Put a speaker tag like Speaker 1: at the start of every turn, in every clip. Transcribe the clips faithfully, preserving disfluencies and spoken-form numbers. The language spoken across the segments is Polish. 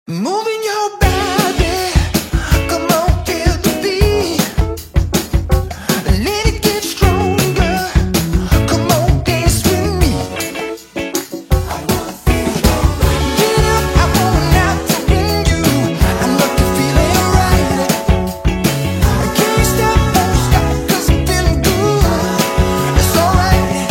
Speaker 1: Moving your body, come on, feel the beat. Let it get stronger, come on, dance with me. I wanna feel alright. Get up, I want out to in you. I know you're feeling right. I can't stop, won't stop, 'cause I'm feeling good. It's alright.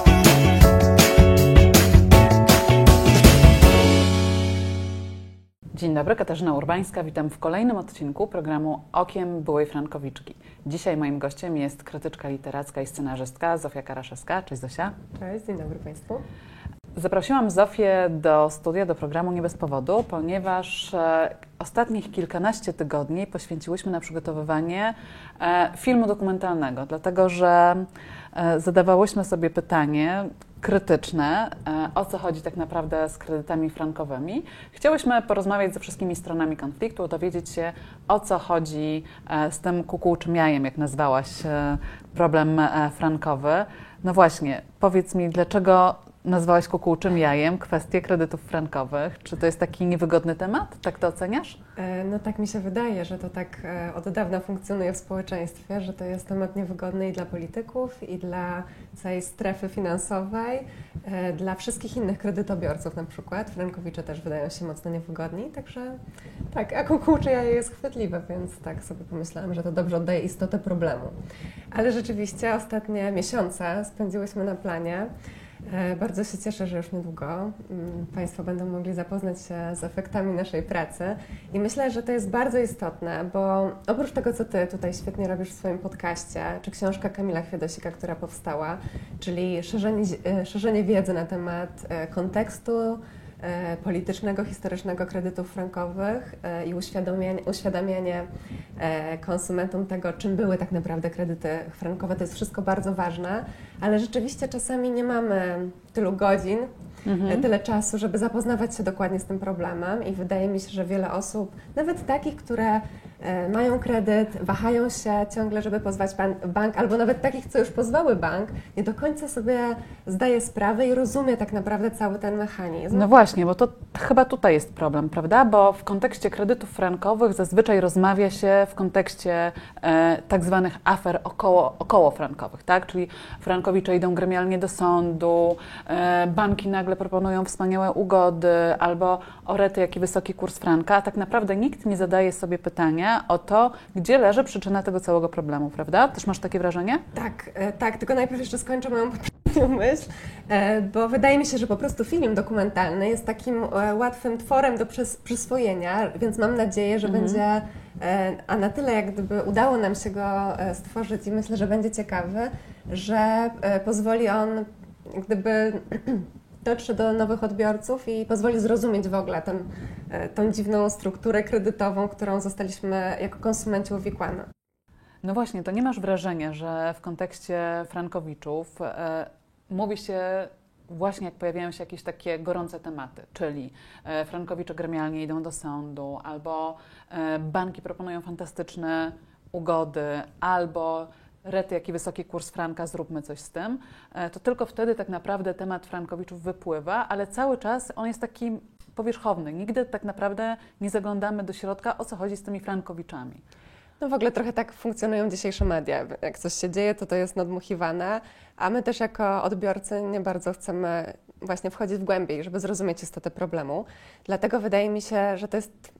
Speaker 2: Dzień dobry, Katarzyna Urbańska. Witam w kolejnym odcinku programu Okiem byłej Frankowiczki. Dzisiaj moim gościem jest krytyczka literacka i scenarzystka Zofia Karaszewska. Cześć Zosia.
Speaker 3: Cześć, dzień dobry Państwu.
Speaker 2: Zaprosiłam Zofię do studia, do programu nie bez powodu, ponieważ e, ostatnich kilkanaście tygodni poświęciłyśmy na przygotowywanie e, filmu dokumentalnego, dlatego że e, zadawałyśmy sobie pytanie krytyczne, e, o co chodzi tak naprawdę z kredytami frankowymi. Chciałyśmy porozmawiać ze wszystkimi stronami konfliktu, dowiedzieć się, o co chodzi e, z tym kukułczym jajem, jak nazwałaś e, problem e, frankowy. No właśnie, powiedz mi, dlaczego nazwałaś kukułczym jajem kwestię kredytów frankowych? Czy to jest taki niewygodny temat? Tak to oceniasz?
Speaker 3: E, No tak mi się wydaje, że to tak e, od dawna funkcjonuje w społeczeństwie, że to jest temat niewygodny i dla polityków, i dla całej strefy finansowej, e, dla wszystkich innych kredytobiorców na przykład. Frankowicze też wydają się mocno niewygodni, także tak, a kukułcze jaje jest chwytliwe, więc tak sobie pomyślałam, że to dobrze oddaje istotę problemu. Ale rzeczywiście ostatnie miesiące spędziłyśmy na planie. Bardzo się cieszę, że już niedługo Państwo będą mogli zapoznać się z efektami naszej pracy i myślę, że to jest bardzo istotne, bo oprócz tego, co Ty tutaj świetnie robisz w swoim podcaście, czy książka Kamila Chwiedosika, która powstała, czyli szerzenie, szerzenie wiedzy na temat kontekstu politycznego, historycznego kredytów frankowych i uświadamianie, uświadamianie konsumentom tego, czym były tak naprawdę kredyty frankowe. To jest wszystko bardzo ważne, ale rzeczywiście czasami nie mamy tylu godzin, mhm. tyle czasu, żeby zapoznawać się dokładnie z tym problemem i wydaje mi się, że wiele osób, nawet takich, które mają kredyt, wahają się ciągle, żeby pozwać bank, albo nawet takich, co już pozwały bank, nie do końca sobie zdaje sprawę i rozumie tak naprawdę cały ten mechanizm.
Speaker 2: No właśnie, bo to chyba tutaj jest problem, prawda? Bo w kontekście kredytów frankowych zazwyczaj rozmawia się w kontekście e, tak zwanych afer około, okołofrankowych, tak? Czyli frankowicze idą gremialnie do sądu, e, banki nagle proponują wspaniałe ugody, albo o rety, jaki wysoki kurs franka, a tak naprawdę nikt nie zadaje sobie pytania o to, gdzie leży przyczyna tego całego problemu, prawda? Też masz takie wrażenie?
Speaker 3: Tak, e, tak, tylko najpierw jeszcze skończę moją poprzednią myśl, e, bo wydaje mi się, że po prostu film dokumentalny jest takim e, łatwym tworem do przys- przyswojenia, więc mam nadzieję, że mhm. będzie, e, a na tyle jak gdyby udało nam się go e, stworzyć i myślę, że będzie ciekawy, że e, pozwoli on jak gdyby dotrze do nowych odbiorców i pozwoli zrozumieć w ogóle ten, tą dziwną strukturę kredytową, którą zostaliśmy jako konsumenci uwikłane.
Speaker 2: No właśnie, to nie masz wrażenia, że w kontekście frankowiczów e, mówi się właśnie jak pojawiają się jakieś takie gorące tematy, czyli e, frankowicze gremialnie idą do sądu, albo e, banki proponują fantastyczne ugody, albo rety, jaki wysoki kurs franka, zróbmy coś z tym, to tylko wtedy tak naprawdę temat frankowiczów wypływa, ale cały czas on jest taki powierzchowny. Nigdy tak naprawdę nie zaglądamy do środka, o co chodzi z tymi frankowiczami.
Speaker 3: No w ogóle trochę tak funkcjonują dzisiejsze media. Jak coś się dzieje, to to jest nadmuchiwane, a my też jako odbiorcy nie bardzo chcemy właśnie wchodzić w głębiej, żeby zrozumieć istotę problemu. Dlatego wydaje mi się, że to jest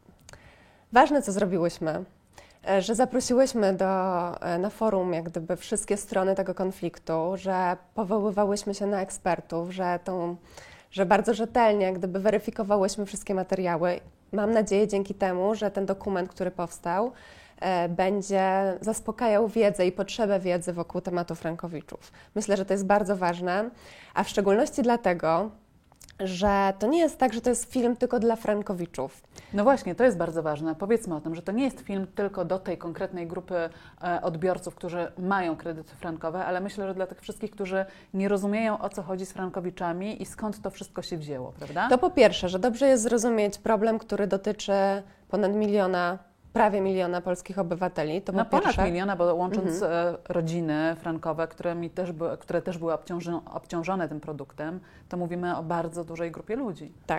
Speaker 3: ważne, co zrobiłyśmy, że zaprosiłyśmy do, na forum jak gdyby wszystkie strony tego konfliktu, że powoływałyśmy się na ekspertów, że, tą, że bardzo rzetelnie jak gdyby weryfikowałyśmy wszystkie materiały. Mam nadzieję dzięki temu, że ten dokument, który powstał, e, będzie zaspokajał wiedzę i potrzebę wiedzy wokół tematu frankowiczów. Myślę, że to jest bardzo ważne, a w szczególności dlatego, że to nie jest tak, że to jest film tylko dla frankowiczów.
Speaker 2: No właśnie, to jest bardzo ważne. Powiedzmy o tym, że to nie jest film tylko do tej konkretnej grupy e, odbiorców, którzy mają kredyty frankowe, ale myślę, że dla tych wszystkich, którzy nie rozumieją, o co chodzi z frankowiczami i skąd to wszystko się wzięło, prawda?
Speaker 3: To po pierwsze, że dobrze jest zrozumieć problem, który dotyczy ponad miliona prawie miliona polskich obywateli. To
Speaker 2: no
Speaker 3: po
Speaker 2: ponad
Speaker 3: pierwsze.
Speaker 2: miliona, bo łącząc
Speaker 3: Mhm.
Speaker 2: rodziny frankowe, które, mi też były, które też były obciążone, obciążone tym produktem, to mówimy o bardzo dużej grupie ludzi.
Speaker 3: Tak.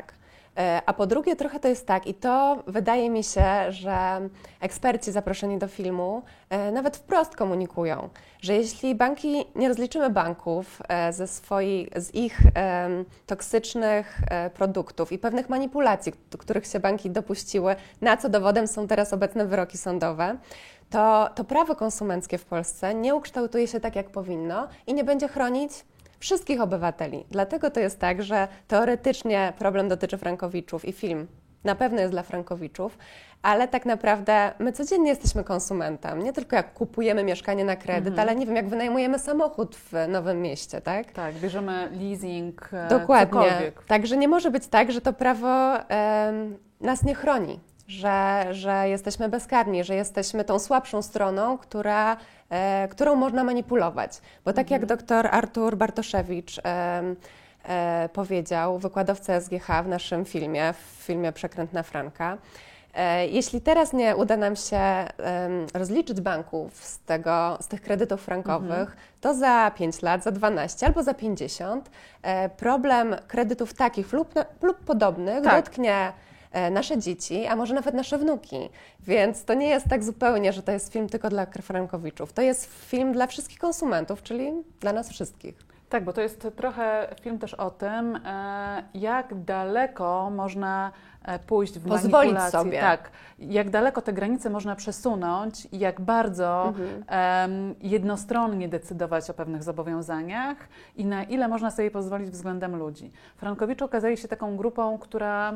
Speaker 3: A po drugie, trochę to jest tak, i to wydaje mi się, że eksperci zaproszeni do filmu nawet wprost komunikują, że jeśli banki, nie rozliczymy banków ze swoich, z ich toksycznych produktów i pewnych manipulacji, których się banki dopuściły, na co dowodem są teraz obecne wyroki sądowe, to, to prawo konsumenckie w Polsce nie ukształtuje się tak, jak powinno i nie będzie chronić wszystkich obywateli. Dlatego to jest tak, że teoretycznie problem dotyczy frankowiczów i film na pewno jest dla frankowiczów, ale tak naprawdę my codziennie jesteśmy konsumentem. Nie tylko jak kupujemy mieszkanie na kredyt,
Speaker 2: Mhm.
Speaker 3: ale nie wiem, jak wynajmujemy samochód w Nowym Mieście, tak?
Speaker 2: Tak, bierzemy leasing, e,
Speaker 3: Dokładnie.
Speaker 2: cokolwiek.
Speaker 3: Także nie może być tak, że to prawo em, nas nie chroni, że, że jesteśmy bezkarni, że jesteśmy tą słabszą stroną, która, e, którą można manipulować. Bo tak jak doktor Artur Bartoszewicz em, e, powiedział, wykładowca S G H w naszym filmie, w filmie Przekrętna Franka, e, jeśli teraz nie uda nam się em, rozliczyć banków z, tego, z tych kredytów frankowych,
Speaker 2: Mhm.
Speaker 3: to za pięć lat, za dwanaście albo za pięćdziesiąt e, problem kredytów takich lub, lub podobnych
Speaker 2: Tak.
Speaker 3: dotknie e, nasze dzieci, a może nawet nasze wnuki. Więc to nie jest tak zupełnie, że to jest film tylko dla frankowiczów. To jest film dla wszystkich konsumentów, czyli dla nas wszystkich.
Speaker 2: Tak, bo to jest trochę film też o tym, e, jak daleko można e, pójść w
Speaker 3: Pozwolić
Speaker 2: manipulacji.
Speaker 3: sobie.
Speaker 2: Tak, jak daleko te granice można przesunąć i jak bardzo
Speaker 3: Mhm.
Speaker 2: em, jednostronnie decydować o pewnych zobowiązaniach i na ile można sobie pozwolić względem ludzi. Frankowicze okazali się taką grupą, która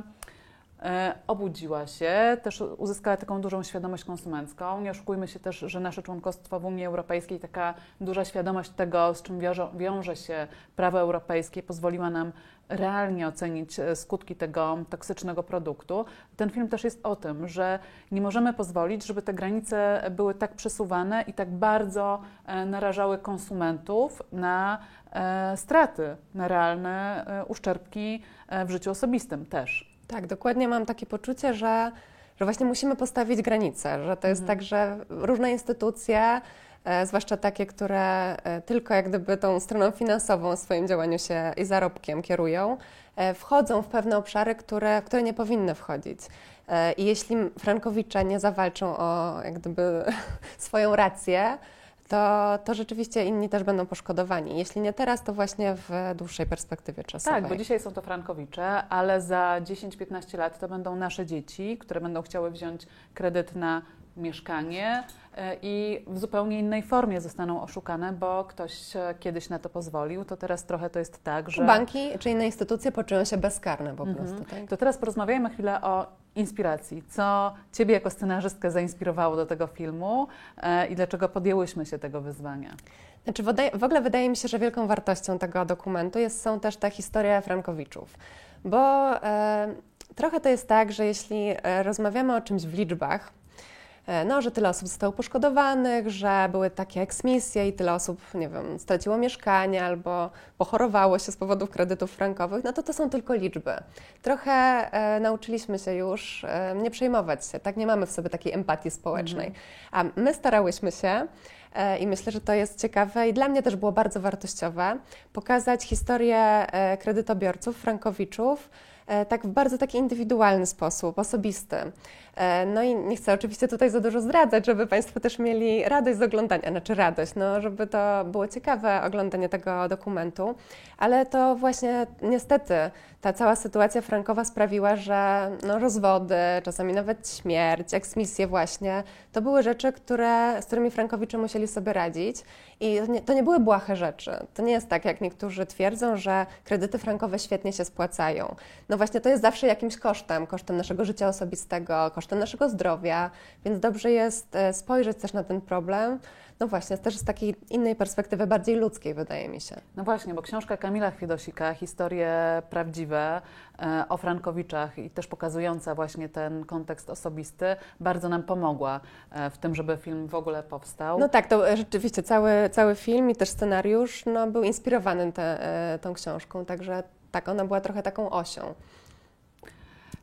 Speaker 2: e, obudziła się, też uzyskała taką dużą świadomość konsumencką. Nie oszukujmy się też, że nasze członkostwo w Unii Europejskiej, taka duża świadomość tego, z czym wiąże, wiąże się prawo europejskie, pozwoliła nam realnie ocenić e, skutki tego toksycznego produktu. Ten film też jest o tym, że nie możemy pozwolić, żeby te granice były tak przesuwane i tak bardzo e, narażały konsumentów na e, straty, na realne e, uszczerbki e, w życiu osobistym też.
Speaker 3: Tak, dokładnie mam takie poczucie, że, że właśnie musimy postawić granice, że to jest
Speaker 2: Mhm.
Speaker 3: tak, że różne instytucje, e, zwłaszcza takie, które e, tylko jak gdyby tą stroną finansową w swoim działaniu się i zarobkiem kierują, e, wchodzą w pewne obszary, które, w które nie powinny wchodzić. E, I jeśli frankowicze nie zawalczą o jak gdyby swoją rację, to, to rzeczywiście inni też będą poszkodowani. Jeśli nie teraz, to właśnie w dłuższej perspektywie czasowej.
Speaker 2: Tak, bo dzisiaj są to frankowicze, ale za dziesięć piętnaście lat to będą nasze dzieci, które będą chciały wziąć kredyt na mieszkanie e, i w zupełnie innej formie zostaną oszukane, bo ktoś e, kiedyś na to pozwolił. To teraz trochę to jest tak, że...
Speaker 3: Banki czy inne instytucje poczują się bezkarne po
Speaker 2: Mhm.
Speaker 3: prostu. Tak?
Speaker 2: To teraz porozmawiajmy chwilę o inspiracji. Co Ciebie jako scenarzystkę zainspirowało do tego filmu e, i dlaczego podjęłyśmy się tego wyzwania?
Speaker 3: Znaczy, w ogóle wydaje mi się, że wielką wartością tego dokumentu jest, są też te historie frankowiczów, bo e, trochę to jest tak, że jeśli e, rozmawiamy o czymś w liczbach, e, no, że tyle osób zostało poszkodowanych, że były takie eksmisje i tyle osób, nie wiem, straciło mieszkanie albo pochorowało się z powodów kredytów frankowych, no to to są tylko liczby. Trochę e, nauczyliśmy się już e, nie przejmować się, tak? Nie mamy w sobie takiej empatii społecznej, a my starałyśmy się e, i myślę, że to jest ciekawe i dla mnie też było bardzo wartościowe pokazać historię e, kredytobiorców, frankowiczów, e, tak w bardzo taki indywidualny sposób, osobisty. E, No i nie chcę oczywiście tutaj za dużo zdradzać, żeby Państwo też mieli radość z oglądania, znaczy radość, no żeby to było ciekawe oglądanie tego dokumentu, ale to właśnie niestety ta cała sytuacja frankowa sprawiła, że no, rozwody, czasami nawet śmierć, eksmisje właśnie, to były rzeczy, które, z którymi frankowicze musieli sobie radzić i to nie, to nie były błahe rzeczy. To nie jest tak, jak niektórzy twierdzą, że kredyty frankowe świetnie się spłacają. No właśnie to jest zawsze jakimś kosztem, kosztem naszego życia osobistego, kosztem naszego zdrowia, więc dobrze jest e, spojrzeć też na ten problem, no właśnie, też z takiej innej perspektywy, bardziej ludzkiej, wydaje mi się.
Speaker 2: No właśnie, bo książka Kamila Chwiedosika, Historie prawdziwe e, o frankowiczach i też pokazująca właśnie ten kontekst osobisty, bardzo nam pomogła e, w tym, żeby film w ogóle powstał.
Speaker 3: No tak, to rzeczywiście cały, cały film i też scenariusz no, był inspirowany te, e, tą książką, także tak, ona była trochę taką osią.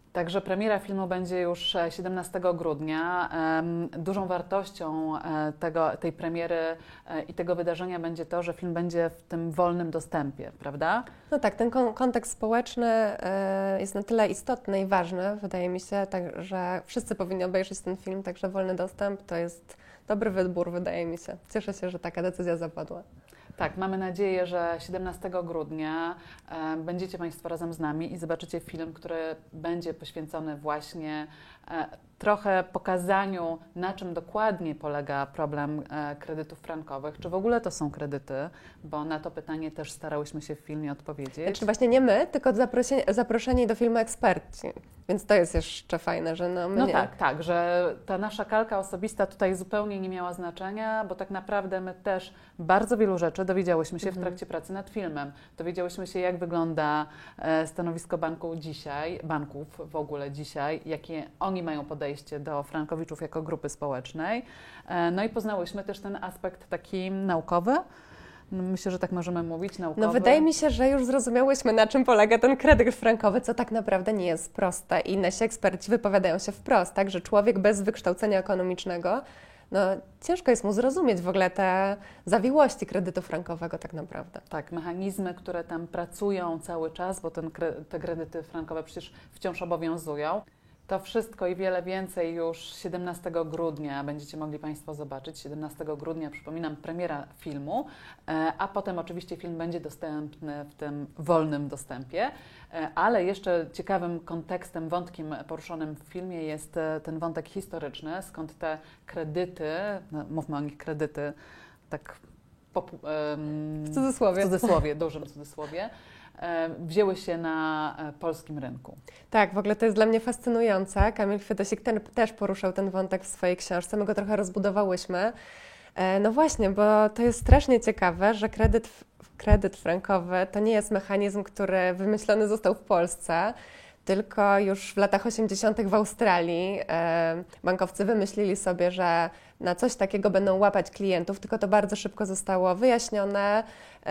Speaker 2: Także premiera filmu będzie już siedemnastego grudnia. Dużą wartością tego, tej premiery i tego wydarzenia będzie to, że film będzie w tym wolnym dostępie, prawda?
Speaker 3: No tak, ten kon- kontekst społeczny y, jest na tyle istotny i ważny, wydaje mi się, tak, że wszyscy powinni obejrzeć ten film, także wolny dostęp to jest dobry wybór, wydaje mi się. Cieszę się, że taka decyzja zapadła.
Speaker 2: Tak, mamy nadzieję, że siedemnastego grudnia e, będziecie Państwo razem z nami i zobaczycie film, który będzie poświęcony właśnie e, trochę pokazaniu, na czym dokładnie polega problem e, kredytów frankowych. Czy w ogóle to są kredyty? Bo na to pytanie też starałyśmy się w filmie odpowiedzieć.
Speaker 3: Znaczy właśnie nie my, tylko zaproszeni, zaproszeni do filmu eksperci, więc to jest jeszcze fajne, że no my
Speaker 2: No
Speaker 3: nie.
Speaker 2: tak, tak, że ta nasza kalka osobista tutaj zupełnie nie miała znaczenia, bo tak naprawdę my też bardzo wielu rzeczy dowiedziałyśmy się
Speaker 3: Mhm.
Speaker 2: w trakcie pracy nad filmem. Dowiedziałyśmy się, jak wygląda e, stanowisko banku dzisiaj, banków w ogóle dzisiaj, jakie oni mają podejście do frankowiczów jako grupy społecznej. E, no i poznałyśmy też ten aspekt taki naukowy. No, myślę, że tak możemy mówić, naukowy.
Speaker 3: No wydaje mi się, że już zrozumiałyśmy, na czym polega ten kredyt frankowy, co tak naprawdę nie jest proste i nasi eksperci wypowiadają się wprost, tak, że człowiek bez wykształcenia ekonomicznego, no ciężko jest mu zrozumieć w ogóle te zawiłości kredytu frankowego tak naprawdę.
Speaker 2: Tak, mechanizmy, które tam pracują cały czas, bo ten, kre- te kredyty frankowe przecież wciąż obowiązują. To wszystko i wiele więcej już siedemnastego grudnia będziecie mogli Państwo zobaczyć. siedemnastego grudnia, przypominam, premiera filmu, e, a potem oczywiście film będzie dostępny w tym wolnym dostępie. E, ale jeszcze ciekawym kontekstem, wątkiem poruszonym w filmie jest e, ten wątek historyczny, skąd te kredyty, no, mówmy o nich kredyty, tak popu- em,
Speaker 3: W cudzysłowie.
Speaker 2: w cudzysłowie, dużym cudzysłowie, e, wzięły się na e, polskim rynku.
Speaker 3: Tak, w ogóle to jest dla mnie fascynujące. Kamil Kwiatosik ten, też poruszał ten wątek w swojej książce, my go trochę rozbudowałyśmy. E, no właśnie, bo to jest strasznie ciekawe, że kredyt, kredyt frankowy to nie jest mechanizm, który wymyślony został w Polsce, tylko już w latach osiemdziesiątych w Australii e, bankowcy wymyślili sobie, że na coś takiego będą łapać klientów, tylko to bardzo szybko zostało wyjaśnione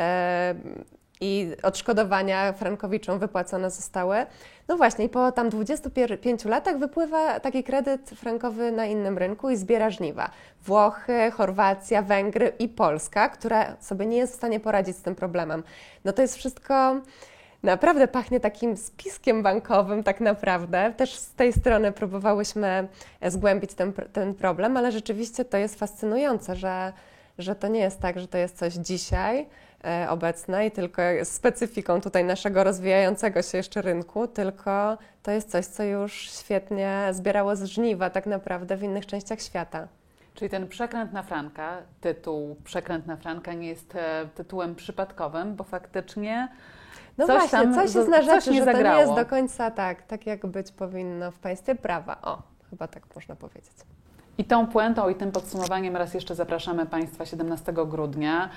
Speaker 3: e, i odszkodowania frankowiczom wypłacone zostały. No właśnie, i po tam dwudziestu pięciu latach wypływa taki kredyt frankowy na innym rynku i zbiera żniwa. Włochy, Chorwacja, Węgry i Polska, która sobie nie jest w stanie poradzić z tym problemem. No to jest wszystko... Naprawdę pachnie takim spiskiem bankowym tak naprawdę. Też z tej strony próbowałyśmy zgłębić ten, ten problem, ale rzeczywiście to jest fascynujące, że, że to nie jest tak, że to jest coś dzisiaj e, obecne i tylko jest specyfiką tutaj naszego rozwijającego się jeszcze rynku, tylko to jest coś, co już świetnie zbierało z żniwa tak naprawdę w innych częściach świata.
Speaker 2: Czyli ten Przekręt na franka, tytuł Przekręt na franka nie jest e, tytułem przypadkowym, bo faktycznie
Speaker 3: No
Speaker 2: coś
Speaker 3: właśnie,
Speaker 2: tam,
Speaker 3: coś jest
Speaker 2: z-
Speaker 3: na
Speaker 2: coś
Speaker 3: rzeczy,
Speaker 2: nie
Speaker 3: że to nie
Speaker 2: zagrało.
Speaker 3: jest do końca tak, tak jak być powinno w państwie prawa. O, chyba tak można powiedzieć.
Speaker 2: I tą puentą i tym podsumowaniem raz jeszcze zapraszamy Państwa siedemnastego grudnia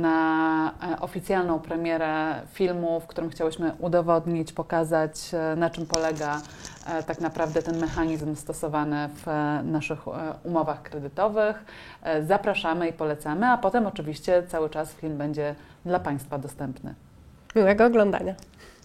Speaker 2: na e, oficjalną premierę filmu, w którym chciałyśmy udowodnić, pokazać, e, na czym polega e, tak naprawdę ten mechanizm stosowany w e, naszych e, umowach kredytowych. E, Zapraszamy i polecamy, a potem oczywiście cały czas film będzie dla Państwa dostępny.
Speaker 3: Miłego oglądania.